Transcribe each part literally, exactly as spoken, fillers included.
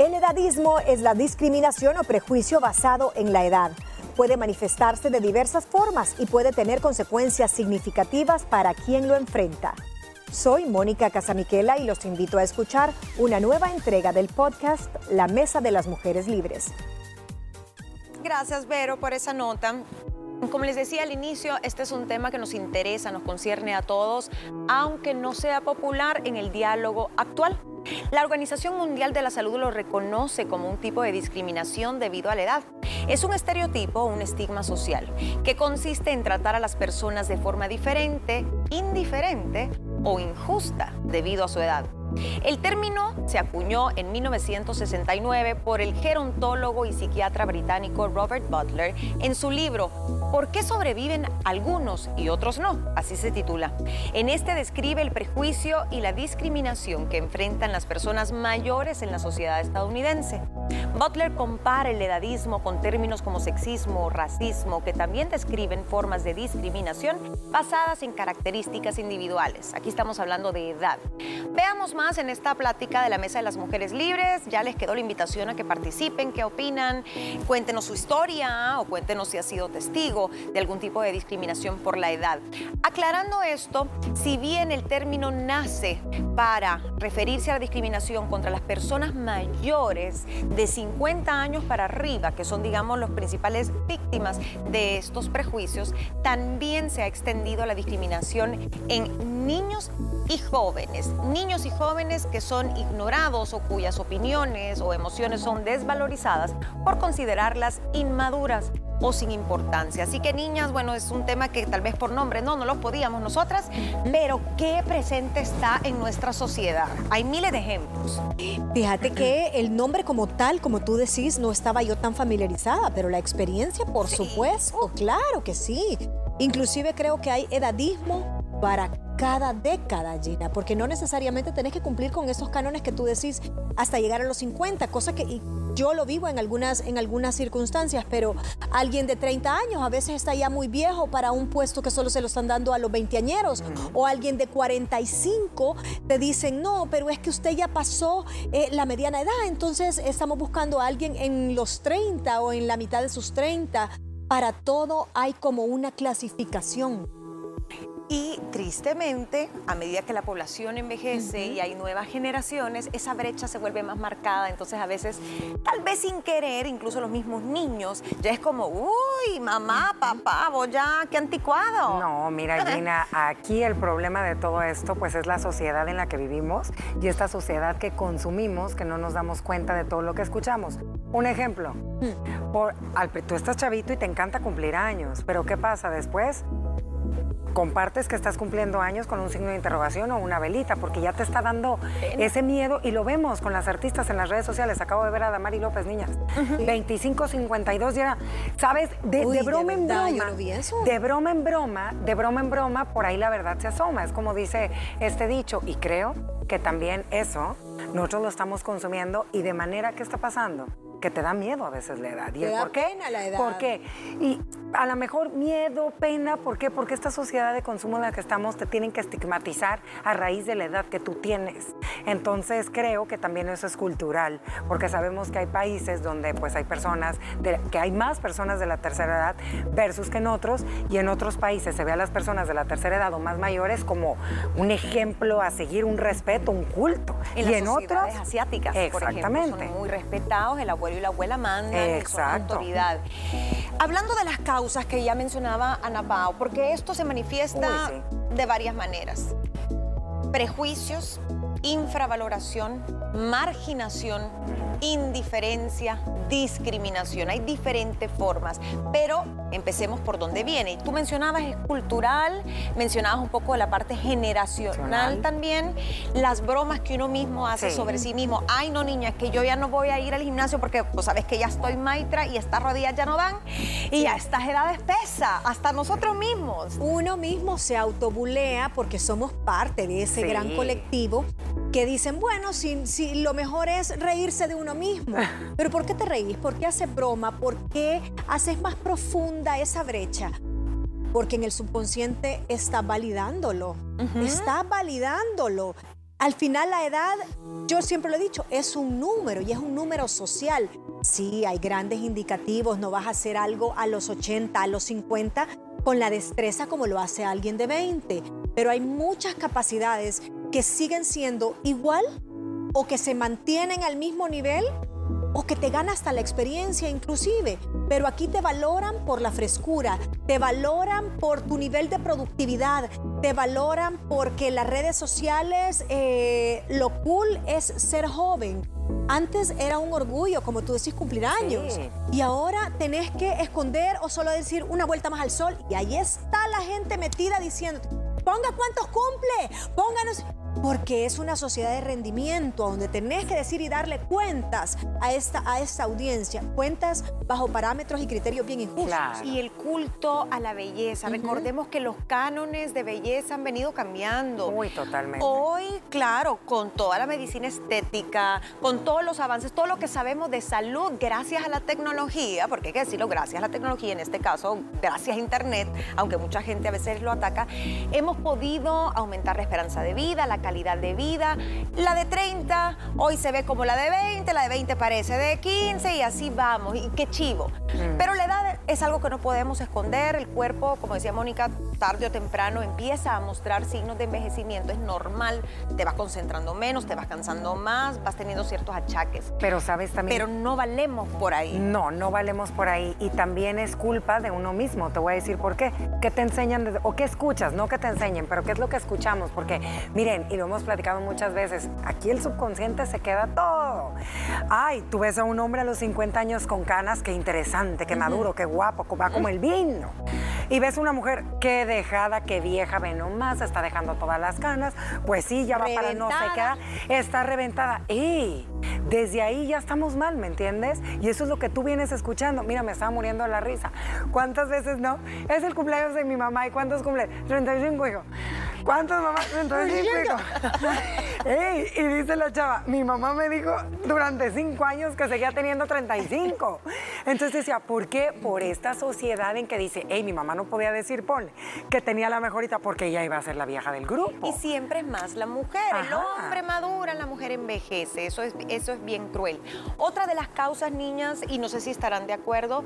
El edadismo es la discriminación o prejuicio basado en la edad. Puede manifestarse de diversas formas y puede tener consecuencias significativas para quien lo enfrenta. Soy Mónica Casamiquela y los invito a escuchar una nueva entrega del podcast La Mesa de las Mujeres Libres. Gracias, Vero, por esa nota. Como les decía al inicio, este es un tema que nos interesa, nos concierne a todos, aunque no sea popular en el diálogo actual. La Organización Mundial de la Salud lo reconoce como un tipo de discriminación debido a la edad. Es un estereotipo o un estigma social que consiste en tratar a las personas de forma diferente, indiferente o injusta debido a su edad. El término se acuñó en mil novecientos sesenta y nueve por el gerontólogo y psiquiatra británico Robert Butler en su libro ¿Por qué sobreviven algunos y otros no? Así se titula. En este describe el prejuicio y la discriminación que enfrentan las personas mayores en la sociedad estadounidense. Butler compara el edadismo con términos como sexismo o racismo, que también describen formas de discriminación basadas en características individuales. Aquí estamos hablando de edad. Veamos más en esta plática de la Mesa de las Mujeres Libres. Ya les quedó la invitación a que participen, qué opinan, cuéntenos su historia o cuéntenos si ha sido testigo de algún tipo de discriminación por la edad. Aclarando esto, si bien el término nace para referirse a la discriminación contra las personas mayores de cincuenta años para arriba, que son, digamos, los principales víctimas de estos prejuicios, también se ha extendido la discriminación en niños y jóvenes. Niños y jóvenes que son ignorados o cuyas opiniones o emociones son desvalorizadas por considerarlas inmaduras o sin importancia. Así que, niñas, bueno, es un tema que tal vez por nombre no, no lo podíamos nosotras, pero qué presente está en nuestra sociedad. Hay miles de ejemplos. Fíjate que el nombre como tal, como tú decís, no estaba yo tan familiarizada, pero la experiencia, por Sí. supuesto, claro que sí. Inclusive creo que hay edadismo para cada década, Gina, porque no necesariamente tenés que cumplir con esos cánones que tú decís hasta llegar a los cincuenta, cosa que y yo lo vivo en algunas, en algunas circunstancias, pero alguien de treinta años a veces está ya muy viejo para un puesto que solo se lo están dando a los veinteañeros, o alguien de cuarenta y cinco te dicen, no, pero es que usted ya pasó eh, la mediana edad, entonces estamos buscando a alguien en los treinta o en la mitad de sus treinta. Para todo hay como una clasificación. Y tristemente, a medida que la población envejece uh-huh. y hay nuevas generaciones, esa brecha se vuelve más marcada. Entonces, a veces, tal vez sin querer, incluso los mismos niños, ya es como, uy, mamá, papá, vos ya, qué anticuado. No, mira, Gina, aquí el problema de todo esto, pues, es la sociedad en la que vivimos y esta sociedad que consumimos, que no nos damos cuenta de todo lo que escuchamos. Un ejemplo, uh-huh. por, al, tú estás chavito y te encanta cumplir años, pero ¿qué pasa después? Compartes que estás cumpliendo años con un signo de interrogación o una velita, porque ya te está dando ese miedo, y lo vemos con las artistas en las redes sociales. Acabo de ver a Damari López, niñas, uh-huh. veinticinco, cincuenta y dos, ya, ¿sabes? De, Uy, de broma de en verdad, broma, yo no vi eso. de broma en broma, de broma en broma, por ahí la verdad se asoma, es como dice este dicho, y creo que también eso nosotros lo estamos consumiendo, y de manera que está pasando que te da miedo a veces la edad. ¿Y te el da por qué? pena la edad. ¿Por qué? Y a lo mejor miedo, pena, ¿por qué? Porque esta sociedad de consumo en la que estamos te tienen que estigmatizar a raíz de la edad que tú tienes. Entonces creo que también eso es cultural, porque sabemos que hay países donde pues hay personas, de, que hay más personas de la tercera edad versus que en otros, y en otros países se ve a las personas de la tercera edad o más mayores como un ejemplo a seguir, un respeto, un culto. En y las en sociedades otras, asiáticas, por ejemplo, son muy respetados, el abuelo y la abuela mandan, son autoridad. Hablando de las causas que ya mencionaba Ana Pao, porque esto se manifiesta Uy, sí. de varias maneras. Prejuicios, infravaloración, marginación, indiferencia, discriminación. Hay diferentes formas, pero empecemos por dónde viene. Tú mencionabas es cultural, mencionabas un poco de la parte generacional también, las bromas que uno mismo hace sí. sobre sí mismo. Ay, no, niña, es que yo ya no voy a ir al gimnasio porque pues sabes que ya estoy maitra y estas rodillas ya no dan y a estas edades pesa, hasta nosotros mismos. Uno mismo se autobulea porque somos parte de ese Sí. gran colectivo que dicen, bueno, si, si lo mejor es reírse de uno mismo. ¿Pero por qué te reís? ¿Por qué haces broma? ¿Por qué haces más profunda esa brecha? Porque en el subconsciente está validándolo. Uh-huh. Está validándolo. Al final la edad, yo siempre lo he dicho, es un número y es un número social. Sí, hay grandes indicativos, no vas a hacer algo a los ochenta, a los cincuenta, con la destreza como lo hace alguien de veinte. Pero hay muchas capacidades que siguen siendo igual o que se mantienen al mismo nivel o que te gana hasta la experiencia inclusive. Pero aquí te valoran por la frescura, te valoran por tu nivel de productividad, te valoran porque las redes sociales, eh, lo cool es ser joven. Antes era un orgullo, como tú decís, cumplir años. Sí. Y ahora tenés que esconder o solo decir una vuelta más al sol. Y ahí está la gente metida diciendo, ponga cuántos cumple, pónganos... Porque es una sociedad de rendimiento donde tenés que decir y darle cuentas a esta, a esta audiencia, cuentas bajo parámetros y criterios bien injustos. Claro. Y el culto a la belleza. Uh-huh. Recordemos que los cánones de belleza han venido cambiando. Muy totalmente. Hoy, claro, con toda la medicina estética, con todos los avances, todo lo que sabemos de salud, gracias a la tecnología, porque hay que decirlo, gracias a la tecnología, en este caso, gracias a Internet, aunque mucha gente a veces lo ataca, hemos podido aumentar la esperanza de vida, la calidad de vida. La de treinta hoy se ve como la de veinte, la de veinte parece de quince y así vamos, y qué chivo. Mm. Pero la edad es algo que no podemos esconder. El cuerpo, como decía Mónica, tarde o temprano empieza a mostrar signos de envejecimiento. Es normal, te vas concentrando menos, te vas cansando más, vas teniendo ciertos achaques. Pero sabes también... Pero no valemos por ahí. No, no valemos por ahí. Y también es culpa de uno mismo. Te voy a decir por qué. ¿Qué te enseñan? O qué escuchas, no que te enseñen, pero qué es lo que escuchamos. Porque, miren, y lo hemos platicado muchas veces, aquí el subconsciente se queda todo. Ay, tú ves a un hombre a los cincuenta años con canas, qué interesante, qué uh-huh. maduro, qué guapo, va como el vino. Y ves una mujer, qué dejada, qué vieja, ve nomás, está dejando todas las canas, pues sí, ya va reventada. Para no sé qué, está reventada. ¡Ey! Desde ahí ya estamos mal, ¿me entiendes? Y eso es lo que tú vienes escuchando. Mira, me estaba muriendo de la risa. ¿Cuántas veces no? Es el cumpleaños de mi mamá. ¿Y cuántos cumple? treinta y cinco, hijo. ¿Cuántos mamás? treinta y cinco, hijo. Ey, y dice la chava, mi mamá me dijo durante cinco años que seguía teniendo treinta y cinco. Entonces decía, ¿por qué? Por esta sociedad en que dice, hey, mi mamá no podía decir, ponle, que tenía la mejorita porque ella iba a ser la vieja del grupo. Y siempre es más la mujer. Ajá. El hombre madura, la mujer envejece. Eso es, eso es bien cruel. Otra de las causas, niñas, y no sé si estarán de acuerdo,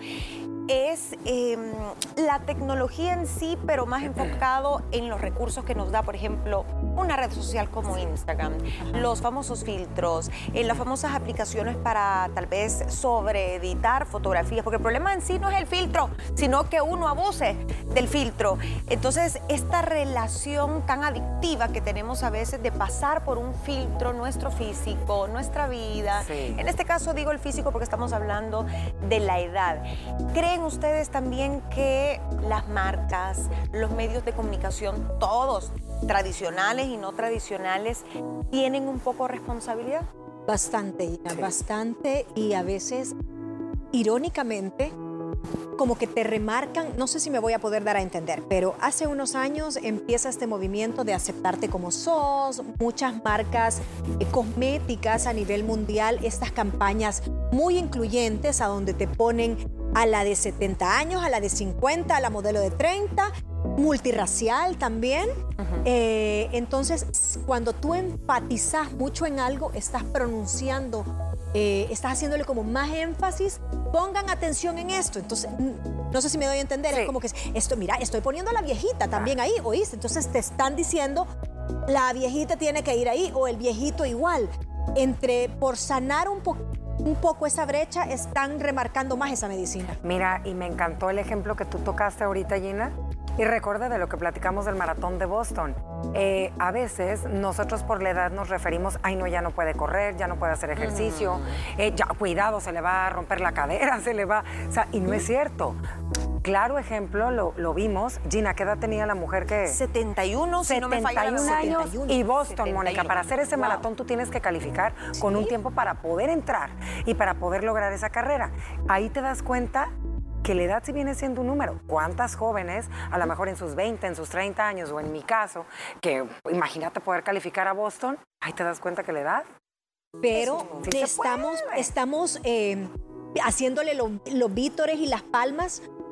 es eh, la tecnología en sí, pero más enfocado en los recursos que nos da, por ejemplo, una red social como Instagram, los famosos filtros, eh, las famosas aplicaciones para tal vez sobreeditar fotografías, porque el problema en sí no es el filtro, sino que uno abuse del filtro. Entonces, esta relación tan adictiva que tenemos a veces de pasar por un filtro nuestro físico, nuestra vida, sí. En este caso digo el físico porque estamos hablando de la edad. ¿Creen ustedes también que las marcas, los medios de comunicación, todos, tradicionales y no tradicionales, tienen un poco de responsabilidad? Bastante, Ina, sí. Bastante, y a veces, irónicamente, como que te remarcan, no sé si me voy a poder dar a entender, pero hace unos años empieza este movimiento de aceptarte como sos, muchas marcas eh, cosméticas a nivel mundial, estas campañas muy incluyentes a donde te ponen a la de setenta años, a la de cincuenta, a la modelo de treinta, multirracial también. Uh-huh. eh, entonces, cuando tú enfatizas mucho en algo, estás pronunciando, eh, estás haciéndole como más énfasis, pongan atención en esto. Entonces, no sé si me doy a entender, sí. Es como que esto, mira, estoy poniendo a la viejita también ahí, ¿oíste? Entonces te están diciendo, la viejita tiene que ir ahí, o el viejito igual. Entre, por sanar un poco, un poco esa brecha, están remarcando más esa medicina. Mira, y me encantó el ejemplo que tú tocaste ahorita, Gina, y recuerda de lo que platicamos del maratón de Boston. Eh, a veces nosotros por la edad nos referimos, ay no, ya no puede correr, ya no puede hacer ejercicio, mm. eh, ya cuidado, se le va a romper la cadera, se le va, o sea, y no es cierto. Claro ejemplo, lo, lo vimos. Gina, ¿qué edad tenía la mujer que...? setenta y uno, si no me falla la memoria. años. setenta y uno. Y Boston, setenta y uno. Mónica, para hacer ese wow. maratón tú tienes que calificar ¿Sí? con un tiempo para poder entrar y para poder lograr esa carrera. Ahí te das cuenta que la edad sí viene siendo un número. ¿Cuántas jóvenes, a lo mejor en sus veinte, en sus treinta años, o en mi caso, que imagínate poder calificar a Boston, ahí te das cuenta que la edad... Pero sí estamos, estamos eh, haciéndole lo, los vítores y las palmas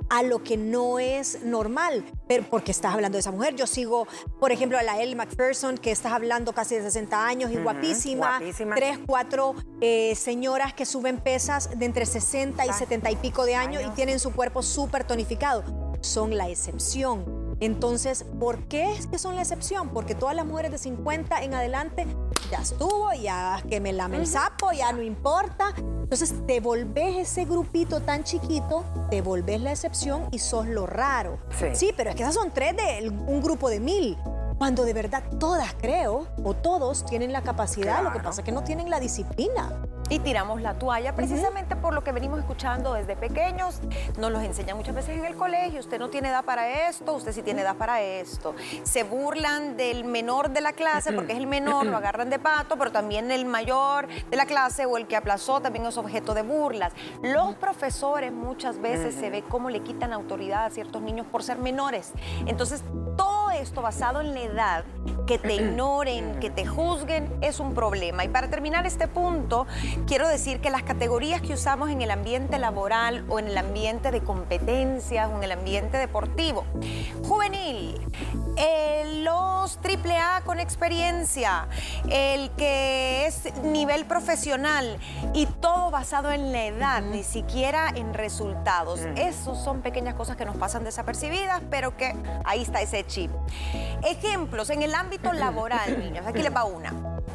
a lo que no es normal, pero porque estás hablando de esa mujer. Yo sigo, por ejemplo, a la Elle Macpherson, que estás hablando casi de sesenta años y uh-huh, guapísima. guapísima. Tres, cuatro eh, señoras que suben pesas de entre sesenta y setenta y pico de años, años y tienen su cuerpo súper tonificado. Son la excepción. Entonces, ¿por qué es que son la excepción? Porque todas las mujeres de cincuenta en adelante ya estuvo, ya que me lame el sapo, ya no importa. Entonces, te volvés ese grupito tan chiquito, te volvés la excepción y sos lo raro. Sí, sí, pero es que esas son tres de un grupo de mil. Cuando de verdad todas, creo, o todos tienen la capacidad, claro. Lo que pasa es que no tienen la disciplina. Y tiramos la toalla precisamente uh-huh. por lo que venimos escuchando desde pequeños. Nos los enseñan muchas veces en el colegio. Usted no tiene edad para esto, usted sí tiene edad para esto. Se burlan del menor de la clase porque es el menor, lo agarran de pato, pero también el mayor de la clase o el que aplazó también es objeto de burlas. Los profesores muchas veces uh-huh. se ve cómo le quitan autoridad a ciertos niños por ser menores. Entonces, todo esto basado en la edad, que te ignoren, que te juzguen, es un problema. Y para terminar este punto, quiero decir que las categorías que usamos en el ambiente laboral o en el ambiente de competencias o en el ambiente deportivo, juvenil, eh, los triple A con experiencia, el que es nivel profesional y todo basado en la edad, uh-huh. ni siquiera en resultados. Uh-huh. Esos son pequeñas cosas que nos pasan desapercibidas, pero que ahí está ese chip. Ejemplos en el ámbito laboral, niños. Aquí les va una.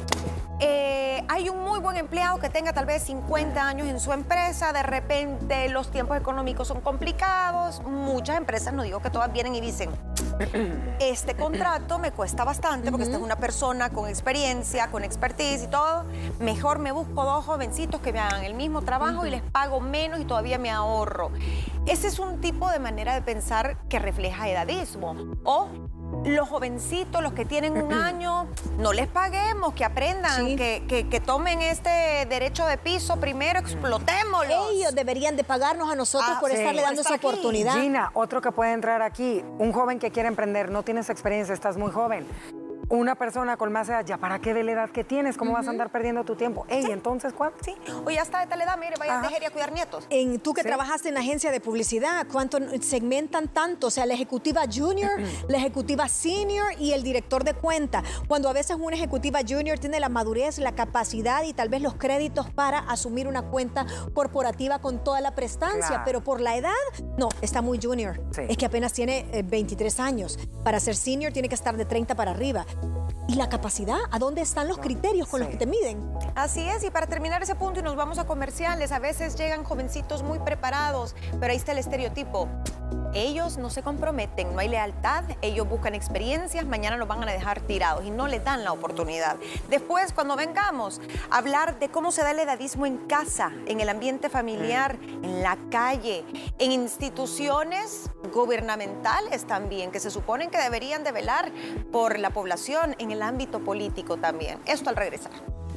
Eh, hay un muy buen empleado que tenga tal vez cincuenta años en su empresa, de repente los tiempos económicos son complicados, muchas empresas, no digo que todas, vienen y dicen, este contrato me cuesta bastante porque uh-huh. esta es una persona con experiencia, con expertise y todo, mejor me busco dos jovencitos que me hagan el mismo trabajo uh-huh. y les pago menos y todavía me ahorro. Ese es un tipo de manera de pensar que refleja edadismo. O los jovencitos, los que tienen un año, no les paguemos, que aprendan, sí. que, que, que tomen este derecho de piso primero, explotémoslos. Ellos deberían de pagarnos a nosotros ah, por sí. estarle dando esa aquí. oportunidad. Gina, otro que puede entrar aquí, un joven que quiere emprender, no tienes experiencia, estás muy joven. Una persona con más edad, ¿ya para qué de la edad que tienes? ¿Cómo uh-huh. vas a andar perdiendo tu tiempo? Ey, sí. ¿entonces cuánto? Sí, o ya está de tal edad, mire, vaya Ajá. a tejer y a cuidar nietos. En, tú que sí. trabajaste en agencia de publicidad, ¿cuánto segmentan tanto? O sea, la ejecutiva junior, la ejecutiva senior y el director de cuenta. Cuando a veces una ejecutiva junior tiene la madurez, la capacidad y tal vez los créditos para asumir una cuenta corporativa con toda la prestancia, claro. pero por la edad, no, está muy junior. Sí. Es que apenas tiene eh, veintitrés años. Para ser senior tiene que estar de treinta para arriba. ¿Y la capacidad? ¿A dónde están los criterios con sí. los que te miden? Así es, y para terminar ese punto y nos vamos a comerciales, a veces llegan jovencitos muy preparados, pero ahí está el estereotipo. Ellos no se comprometen, no hay lealtad, ellos buscan experiencias, mañana los van a dejar tirados y no les dan la oportunidad. Después, cuando vengamos a hablar de cómo se da el edadismo en casa, en el ambiente familiar, mm. en la calle, en instituciones gubernamentales también, que se suponen que deberían de velar por la población, en el ámbito político también. Esto al regresar.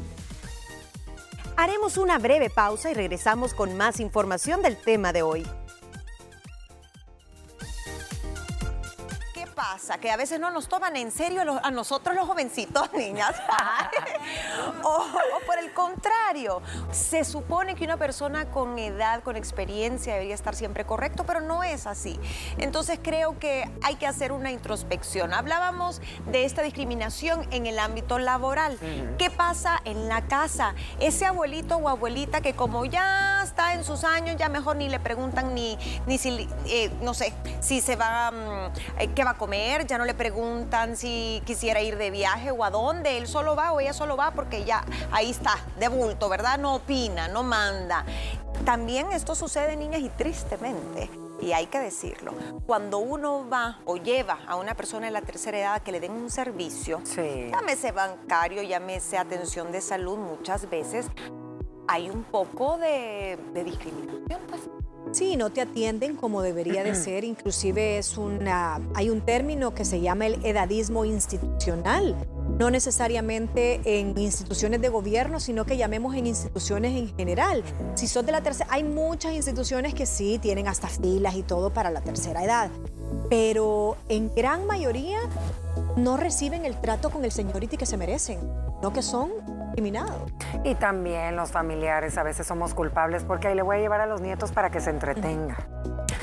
Haremos una breve pausa y regresamos con más información del tema de hoy. Pasa que a veces no nos toman en serio a nosotros los jovencitos, niñas. o, o por el contrario, se supone que una persona con edad, con experiencia debería estar siempre correcto, pero no es así. Entonces creo que hay que hacer una introspección. Hablábamos de esta discriminación en el ámbito laboral. Uh-huh. ¿Qué pasa en la casa? Ese abuelito o abuelita que como ya está en sus años, ya mejor ni le preguntan ni, ni si, eh, no sé, si se va, eh, qué va a comer, ya no le preguntan si quisiera ir de viaje o a dónde, él solo va o ella solo va porque ya ahí está, de bulto, ¿verdad? No opina, no manda. También esto sucede, niñas, y tristemente, y hay que decirlo, cuando uno va o lleva a una persona de la tercera edad que le den un servicio, sí. llámese bancario, llámese atención de salud, muchas veces hay un poco de, de discriminación, pues. Sí, no te atienden como debería de ser, inclusive es una, hay un término que se llama el edadismo institucional, no necesariamente en instituciones de gobierno, sino que llamemos en instituciones en general. Si sos de la tercera, hay muchas instituciones que sí tienen hasta filas y todo para la tercera edad, pero en gran mayoría no reciben el trato con el seniority que se merecen, no que son discriminados. Y también los familiares a veces somos culpables porque ahí le voy a llevar a los nietos para que se entretenga.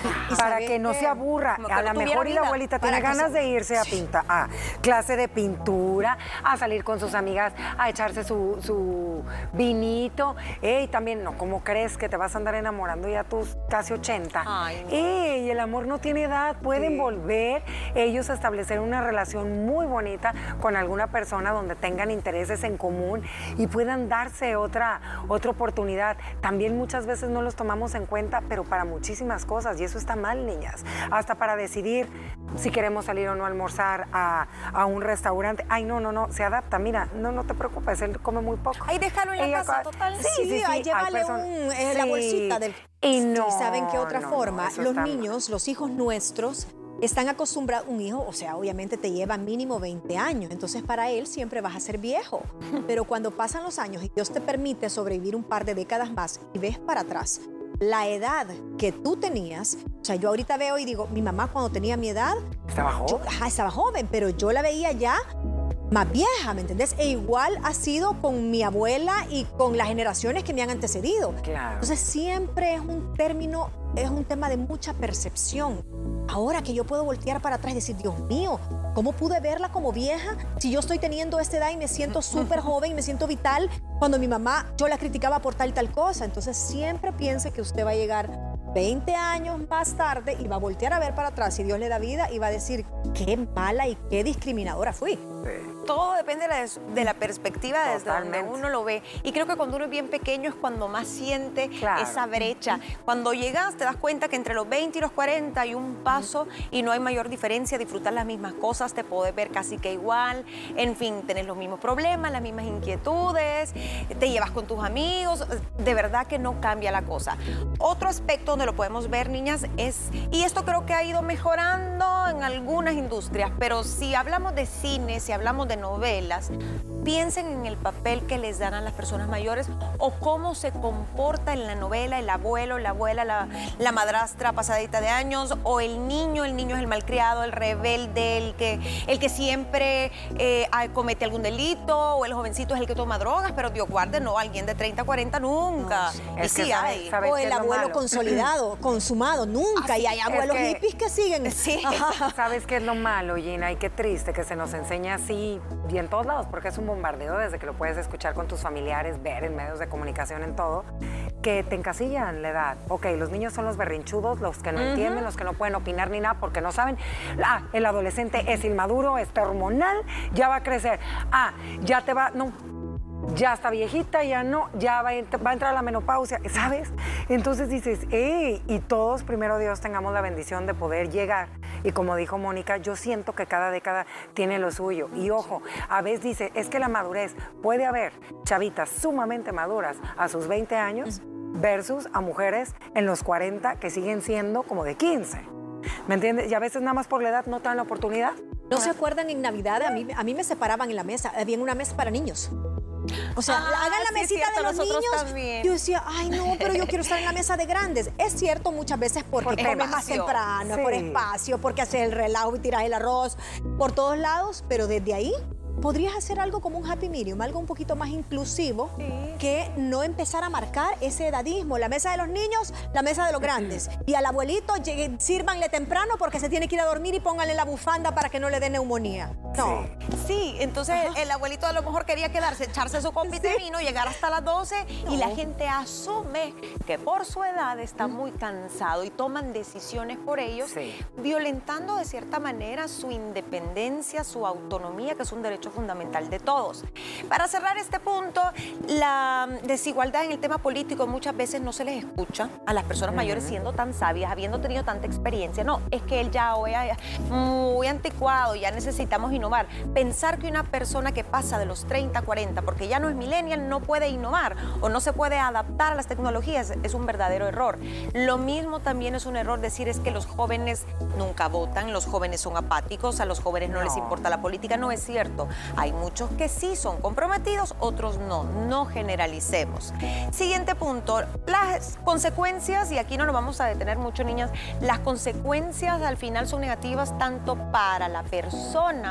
Y para sabes que no que- se aburra. como que A no lo tuviera mejor y la vida. abuelita Para tiene que ganas se- de irse a pintar, a clase de pintura, a salir con sus amigas, a echarse su, su vinito. Ey, también, no, ¿cómo crees que te vas a andar enamorando ya a tus casi ochenta? Ay, no. Ey, el amor no tiene edad, pueden Sí. volver ellos a establecer una relación muy bonita con alguna persona donde tengan intereses en común y puedan darse otra, otra oportunidad. También muchas veces no los tomamos en cuenta, pero para muchísimas cosas, y eso está mal, niñas. Hasta para decidir si queremos salir o no a almorzar a, a un restaurante. Ay, no, no, no, se adapta. Mira, no, no te preocupes, él come muy poco. Ay, déjalo en la Ella casa, co- total. Sí, ahí hay llévale personas- un, eh, la Sí. bolsita del... Y no, ¿Y saben qué otra no, no, forma? eso Los está mal. niños, los hijos nuestros, están acostumbrados, un hijo, o sea, obviamente te lleva mínimo veinte años, entonces para él siempre vas a ser viejo. Pero cuando pasan los años y Dios te permite sobrevivir un par de décadas más y ves para atrás la edad que tú tenías, o sea, yo ahorita veo y digo, mi mamá cuando tenía mi edad, Estaba yo, joven. ajá, estaba joven, pero yo la veía ya más vieja, ¿me entendés? E igual ha sido con mi abuela y con las generaciones que me han antecedido. Claro. Entonces siempre es un término, es un tema de mucha percepción. Ahora que yo puedo voltear para atrás y decir, Dios mío, ¿cómo pude verla como vieja si yo estoy teniendo esta edad y me siento súper joven y me siento vital cuando mi mamá, yo la criticaba por tal y tal cosa? Entonces siempre piense que usted va a llegar veinte años más tarde y va a voltear a ver para atrás, si Dios le da vida, y va a decir, qué mala y qué discriminadora fui. Todo depende de la, de la perspectiva desde Totalmente. donde uno lo ve. Y creo que cuando uno es bien pequeño es cuando más siente Claro. esa brecha. Cuando llegas te das cuenta que entre los veinte y los cuarenta hay un paso y no hay mayor diferencia. Disfrutar las mismas cosas, te podés ver casi que igual. En fin, tenés los mismos problemas, las mismas inquietudes, te llevas con tus amigos. De verdad que no cambia la cosa. Otro aspecto donde lo podemos ver, niñas, es, y esto creo que ha ido mejorando en algunas industrias, pero si hablamos de cine, si hablamos de novelas, piensen en el papel que les dan a las personas mayores o cómo se comporta en la novela el abuelo, la abuela, la, la madrastra pasadita de años, o el niño, el niño es el malcriado, el rebelde, el que, el que siempre eh, ah, comete algún delito, o el jovencito es el que toma drogas, pero Dios guarde, no, alguien de treinta, cuarenta nunca. No, sí. Y Es que sí sabe- hay. sabe- ¿Sabes O qué el es lo abuelo malo? consolidado, consumado, nunca. Ah, y sí, hay es abuelos que- hippies que siguen. Sí. Ajá. ¿Sabes qué es lo malo, Gina? Y qué triste que se nos enseña así y en todos lados, porque es un bombardeo desde que lo puedes escuchar con tus familiares, ver en medios de comunicación, en todo, que te encasillan la edad. Ok, los niños son los berrinchudos, los que no entienden, los que no pueden opinar ni nada porque no saben. Ah, el adolescente es inmaduro, está hormonal, ya va a crecer. Ah, ya te va... No, ya está viejita, ya no, ya va a, ent- va a entrar a la menopausia, ¿sabes? Entonces dices, ¡ey! Y todos, primero Dios, tengamos la bendición de poder llegar. Y como dijo Mónica, yo siento que cada década tiene lo suyo. Y ojo, a veces dice, es que la madurez, puede haber chavitas sumamente maduras a sus veinte años versus a mujeres en los cuarenta que siguen siendo como de quince. ¿Me entiendes? Y a veces nada más por la edad no te dan la oportunidad. ¿No se acuerdan en Navidad? A mí, a mí me separaban en la mesa. Había una mesa para niños. O sea, Ah, hagan la sí, es mesita cierto, de los nosotros niños. también. Yo decía, ay, no, pero yo quiero estar en la mesa de grandes. Es cierto, muchas veces porque Por comes más espacio. temprano, Sí. por espacio, porque haces el relajo y tiras el arroz por todos lados, pero desde ahí podrías hacer algo como un happy medium, algo un poquito más inclusivo, Sí. que no empezar a marcar ese edadismo. La mesa de los niños, la mesa de los grandes. Y al abuelito, llegue- sírvanle temprano porque se tiene que ir a dormir y pónganle la bufanda para que no le dé neumonía. No. Sí, entonces el abuelito a lo mejor quería quedarse, echarse su copita de vino, llegar hasta las doce y la gente asume que por su edad está muy cansado y toman decisiones por ellos, Sí. violentando de cierta manera su independencia, su autonomía, que es un derecho fundamental de todos. Para cerrar este punto, la desigualdad en el tema político muchas veces no se les escucha a las personas mayores siendo tan sabias, habiendo tenido tanta experiencia. No, es que él ya hoy es muy anticuado, ya necesitamos innovar. Pensar que una persona que pasa de los treinta a cuarenta, porque ya no es millennial, no puede innovar o no se puede adaptar a las tecnologías, es un verdadero error. Lo mismo también es un error decir es que los jóvenes nunca votan, los jóvenes son apáticos, a los jóvenes no, No. les importa la política. No es cierto. Hay muchos que sí son comprometidos, otros no. No generalicemos. Siguiente punto, las consecuencias, y aquí no nos vamos a detener mucho, niñas, las consecuencias al final son negativas tanto para la persona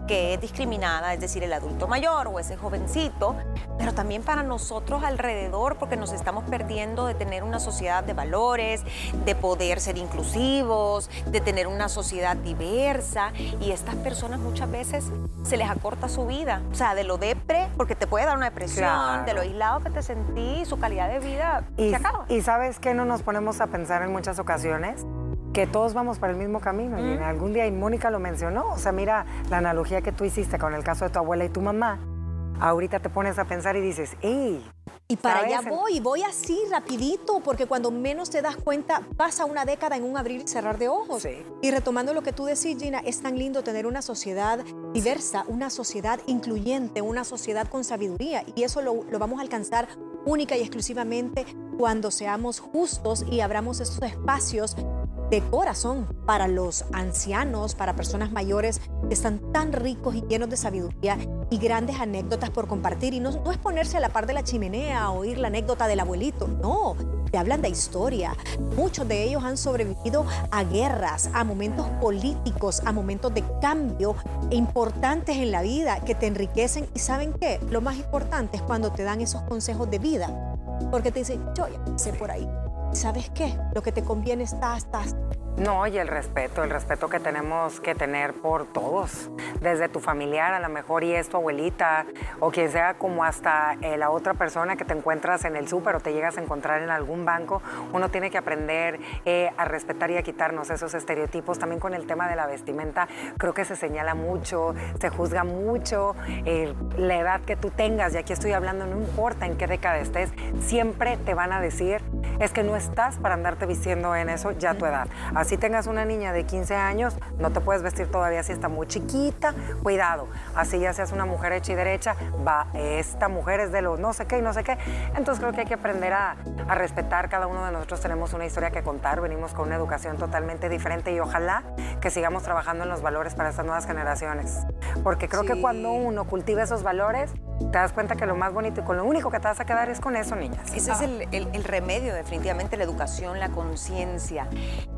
que es discriminada, es decir, el adulto mayor o ese jovencito, pero también para nosotros alrededor, porque nos estamos perdiendo de tener una sociedad de valores, de poder ser inclusivos, de tener una sociedad diversa, y estas personas muchas veces se les acorta su vida, o sea, de lo depre, porque te puede dar una depresión, claro, de lo aislado que te sentí, su calidad de vida y, se acaba. Y ¿sabes qué? No nos ponemos a pensar en muchas ocasiones que todos vamos para el mismo camino. Mm. Y en algún día, y Mónica lo mencionó, o sea, mira la analogía que tú hiciste con el caso de tu abuela y tu mamá. Ahorita te pones a pensar y dices, ¡ey! Y para ¿sabes? allá voy, voy así rapidito, porque cuando menos te das cuenta, pasa una década en un abrir y cerrar de ojos. Sí. Y retomando lo que tú decís, Gina, es tan lindo tener una sociedad diversa, una sociedad incluyente, una sociedad con sabiduría. Y eso lo, lo vamos a alcanzar única y exclusivamente cuando seamos justos y abramos estos espacios de corazón para los ancianos, para personas mayores que están tan ricos y llenos de sabiduría y grandes anécdotas por compartir. Y no, no es ponerse a la par de la chimenea a oír la anécdota del abuelito, no, te hablan de historia. Muchos de ellos han sobrevivido a guerras, a momentos políticos, a momentos de cambio importantes en la vida que te enriquecen. Y ¿saben qué? Lo más importante es cuando te dan esos consejos de vida, porque te dicen, yo ya pasé por ahí. ¿Sabes qué? Lo que te conviene está, está. No, y el respeto, el respeto que tenemos que tener por todos, desde tu familiar a lo mejor y es tu abuelita o quien sea, como hasta eh, la otra persona que te encuentras en el súper o te llegas a encontrar en algún banco. Uno tiene que aprender eh, a respetar y a quitarnos esos estereotipos. También con el tema de la vestimenta, creo que se señala mucho, se juzga mucho, eh, la edad que tú tengas, y aquí estoy hablando, no importa en qué década estés, siempre te van a decir, es que no estás para andarte vistiendo en eso ya a tu edad. Así tengas una niña de quince años, no te puedes vestir todavía si está muy chiquita, cuidado. Así ya seas una mujer hecha y derecha, va, esta mujer es de los no sé qué y no sé qué. Entonces creo que hay que aprender a, a respetar. Cada uno de nosotros tenemos una historia que contar, venimos con una educación totalmente diferente y ojalá que sigamos trabajando en los valores para estas nuevas generaciones. Porque creo sí. que cuando uno cultiva esos valores, te das cuenta que lo más bonito y con lo único que te vas a quedar es con eso, niñas. Ese ah. es el, el, el remedio, definitivamente, la educación, la conciencia.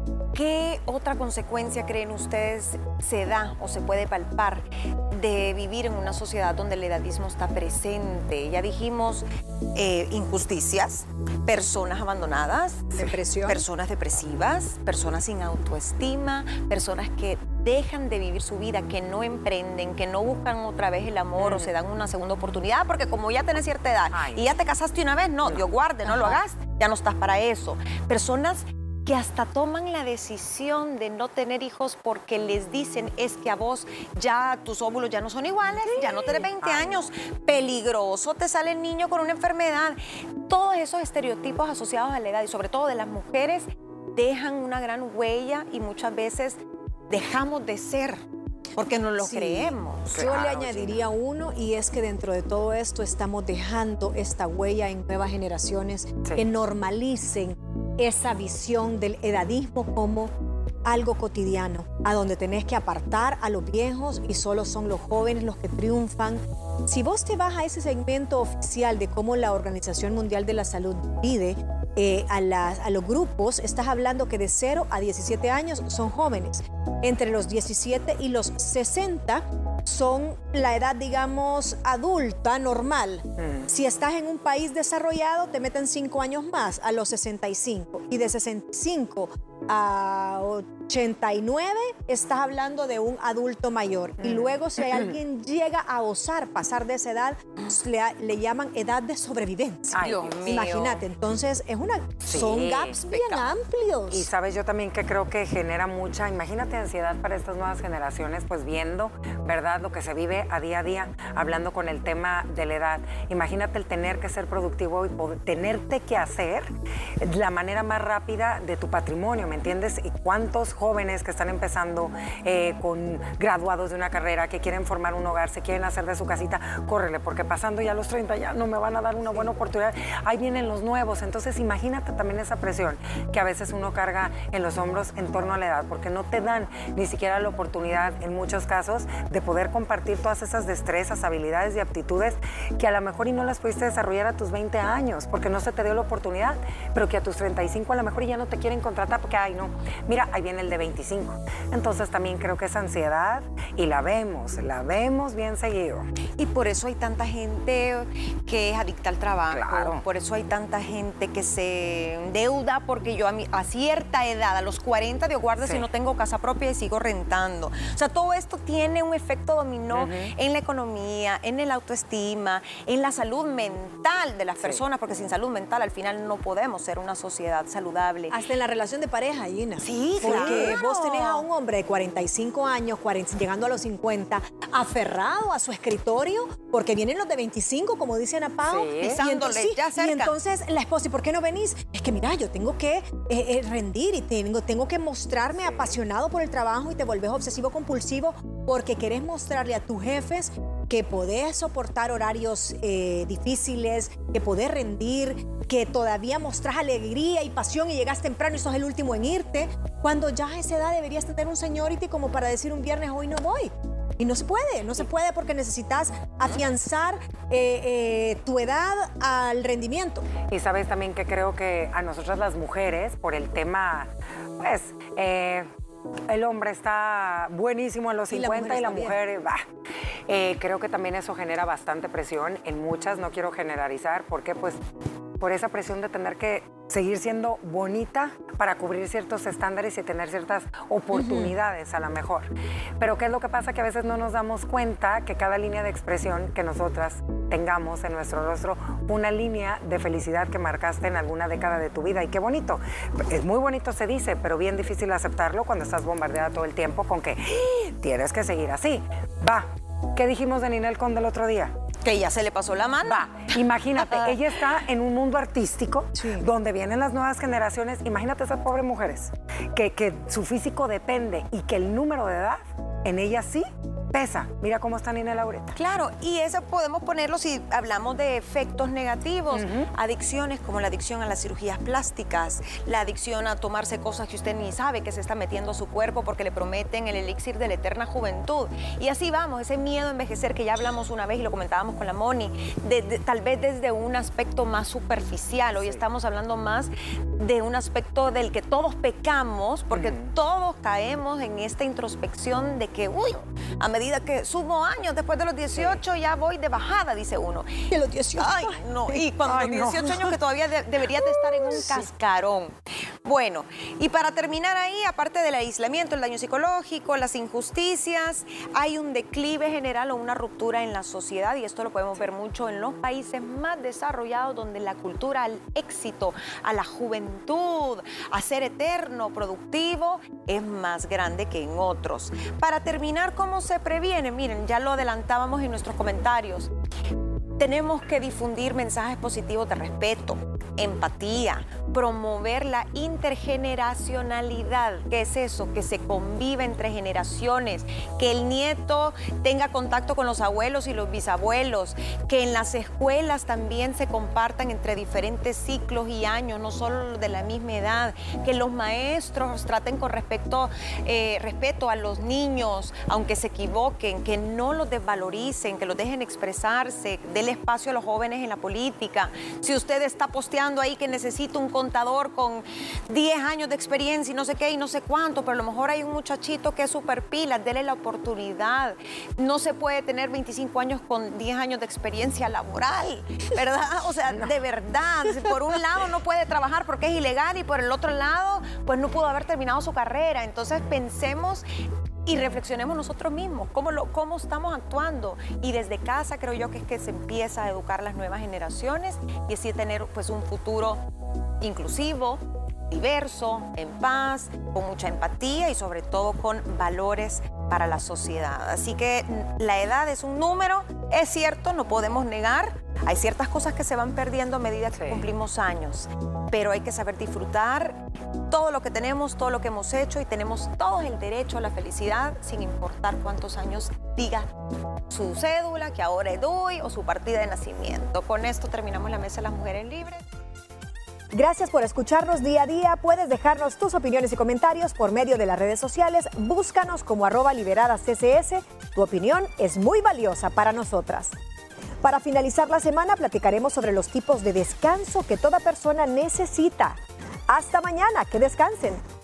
¿Qué otra consecuencia creen ustedes se da o se puede palpar de vivir en una sociedad donde el edadismo está presente? Ya dijimos eh, injusticias, personas abandonadas, depresión, personas depresivas, personas sin autoestima, personas que dejan de vivir su vida, que no emprenden, que no buscan otra vez el amor mm. o se dan una segunda oportunidad, porque como ya tenés cierta edad Ay. y ya te casaste una vez, no, no. Dios guarde, no Ajá. lo hagas, ya no estás para eso. Personas que hasta toman la decisión de no tener hijos porque les dicen es que a vos ya tus óvulos ya no son iguales, sí. ya no tenés veinte Ay. años, peligroso, te sale el niño con una enfermedad. Todos esos estereotipos asociados a la edad y sobre todo de las mujeres dejan una gran huella y muchas veces dejamos de ser porque no lo sí. creemos. Yo claro, le añadiría sí. uno, y es que dentro de todo esto estamos dejando esta huella en nuevas generaciones sí. que normalicen esa visión del edadismo como algo cotidiano, a donde tenés que apartar a los viejos y solo son los jóvenes los que triunfan. Si vos te vas a ese segmento oficial de cómo la Organización Mundial de la Salud pide eh, a, las, a los grupos, estás hablando que de cero a diecisiete años son jóvenes. Entre los diecisiete y los sesenta son la edad, digamos, adulta, normal. Mm. Si estás en un país desarrollado, te meten cinco años más, a los sesenta y cinco. Y de sesenta y cinco a ochenta y nueve estás hablando de un adulto mayor. Mm. Y luego si alguien llega a osar pasar de esa edad, le, le llaman edad de sobrevivencia. Ay, Dios mío. Imagínate, entonces es una, sí, son gaps bien pecado. amplios. Y sabes, yo también que creo que genera mucha, imagínate, ansiedad para estas nuevas generaciones, pues viendo, ¿verdad?, lo que se vive a día a día, hablando con el tema de la edad. Imagínate el tener que ser productivo y poder, tenerte que hacer la manera más rápida de tu patrimonio, ¿me entiendes? Y cuántos jóvenes que están empezando eh, con graduados de una carrera, que quieren formar un hogar, se quieren hacer de su casita, córrele, porque pasando ya los treinta ya no me van a dar una buena oportunidad. Ahí vienen los nuevos. Entonces imagínate también esa presión que a veces uno carga en los hombros en torno a la edad, porque no te dan ni siquiera la oportunidad en muchos casos de poder poder compartir todas esas destrezas, habilidades y aptitudes que a lo mejor y no las pudiste desarrollar a tus veinte años porque no se te dio la oportunidad, pero que a tus treinta y cinco a lo mejor ya no te quieren contratar porque, ay, no, mira, ahí viene el de veinticinco. Entonces también creo que esa ansiedad, y la vemos, la vemos bien seguido. Y por eso hay tanta gente que es adicta al trabajo, Claro. por eso hay tanta gente que se endeuda porque yo a, mi, a cierta edad, a los cuarenta, Dios guarde Sí. si no tengo casa propia y sigo rentando. O sea, todo esto tiene un efecto dominó Ujú. en la economía, en el autoestima, en la salud mental de las Sí. personas, porque sin salud mental al final no podemos ser una sociedad saludable. Hasta en la relación de pareja, Gina. Sí, Porque claro. vos tenés a un hombre de cuarenta y cinco años, cuarenta, llegando a los cincuenta, aferrado a su escritorio, porque vienen los de veinticinco, como dice Ana Pao. Sí. y Pisándole, entonces, sí, ya cerca. y entonces la esposa, ¿y por qué no venís? Es que mira, yo tengo que eh, eh, rendir y tengo, tengo que mostrarme Sí. apasionado por el trabajo, y te volvés obsesivo compulsivo porque querés mostrarle a tus jefes que podés soportar horarios eh, difíciles, que podés rendir, que todavía mostrás alegría y pasión y llegas temprano y sos el último en irte, cuando ya a esa edad deberías tener un seniority como para decir un viernes hoy no voy. Y no se puede, no se puede porque necesitas afianzar eh, eh, tu edad al rendimiento. Y sabes también que creo que a nosotras las mujeres, por el tema, pues, eh, el hombre está buenísimo a los Y la cincuenta y la mujer mujer, eh, bah. Eh, creo que también eso genera bastante presión en muchas, no quiero generalizar, porque pues por esa presión de tener que seguir siendo bonita para cubrir ciertos estándares y tener ciertas oportunidades a lo mejor. Pero ¿qué es lo que pasa? Que a veces no nos damos cuenta que cada línea de expresión que nosotras tengamos en nuestro rostro, una línea de felicidad que marcaste en alguna década de tu vida. Y qué bonito. Es muy bonito, se dice, pero bien difícil aceptarlo cuando estás bombardeada todo el tiempo con que ¡ah! Tienes que seguir así. Va. ¿Qué dijimos de Ninel Conde el otro día? Que ya se le pasó la mano. Va, imagínate, ella está en un mundo artístico Sí. donde vienen las nuevas generaciones. Imagínate esas pobres mujeres, que, que su físico depende y que el número de edad en ella sí pesa. Mira cómo está Ninel ahorita. Claro, y eso podemos ponerlo si hablamos de efectos negativos, Ujú. adicciones como la adicción a las cirugías plásticas, la adicción a tomarse cosas que usted ni sabe que se está metiendo a su cuerpo porque le prometen el elixir de la eterna juventud. Y así vamos, ese miedo a envejecer que ya hablamos una vez y lo comentábamos con la Moni, de, de, tal vez desde un aspecto más superficial. Hoy Sí. estamos hablando más de un aspecto del que todos pecamos, porque Ujú. todos caemos en esta introspección de que, uy, a medida que subo años, después de los dieciocho ya voy de bajada, dice uno. Y a los dieciocho. Ay, no, y cuando Ay, los no. dieciocho años que todavía de- deberías de estar en un cascarón. Bueno, y para terminar ahí, aparte del aislamiento, el daño psicológico, las injusticias, hay un declive general o una ruptura en la sociedad, y esto lo podemos ver mucho en los países más desarrollados, donde la cultura al éxito, a la juventud, a ser eterno, productivo, es más grande que en otros. Para terminar, ¿cómo se previene? Miren, ya lo adelantábamos en nuestros comentarios. Tenemos que difundir mensajes positivos de respeto, empatía, promover la intergeneracionalidad. ¿Qué es eso? Que se convive entre generaciones, que el nieto tenga contacto con los abuelos y los bisabuelos, que en las escuelas también se compartan entre diferentes ciclos y años, no solo de la misma edad, que los maestros traten con respecto, eh, respeto a los niños, aunque se equivoquen, que no los desvaloricen, que los dejen expresarse, denle espacio a los jóvenes en la política. Si usted está posteando ahí que necesita un contador con diez años de experiencia y no sé qué y no sé cuánto, pero a lo mejor hay un muchachito que es súper pila, dele la oportunidad. No se puede tener veinticinco años con diez años de experiencia laboral, ¿verdad? O sea, no. De verdad, por un lado no puede trabajar porque es ilegal y por el otro lado, pues no pudo haber terminado su carrera. Entonces pensemos y reflexionemos nosotros mismos, cómo, lo, cómo estamos actuando. Y desde casa creo yo que es que se empieza a educar las nuevas generaciones y así tener pues un futuro inclusivo, diverso, en paz, con mucha empatía y sobre todo con valores para la sociedad. Así que la edad es un número, es cierto, no podemos negar. Hay ciertas cosas que se van perdiendo a medida que sí. cumplimos años, pero hay que saber disfrutar todo lo que tenemos, todo lo que hemos hecho y tenemos todos el derecho a la felicidad sin importar cuántos años diga su cédula, que ahora es D U I o su partida de nacimiento. Con esto terminamos la Mesa de las Mujeres Libres. Gracias por escucharnos día a día. Puedes dejarnos tus opiniones y comentarios por medio de las redes sociales. Búscanos como arroba liberadas C C S. Tu opinión es muy valiosa para nosotras. Para finalizar la semana, platicaremos sobre los tipos de descanso que toda persona necesita. Hasta mañana, que descansen.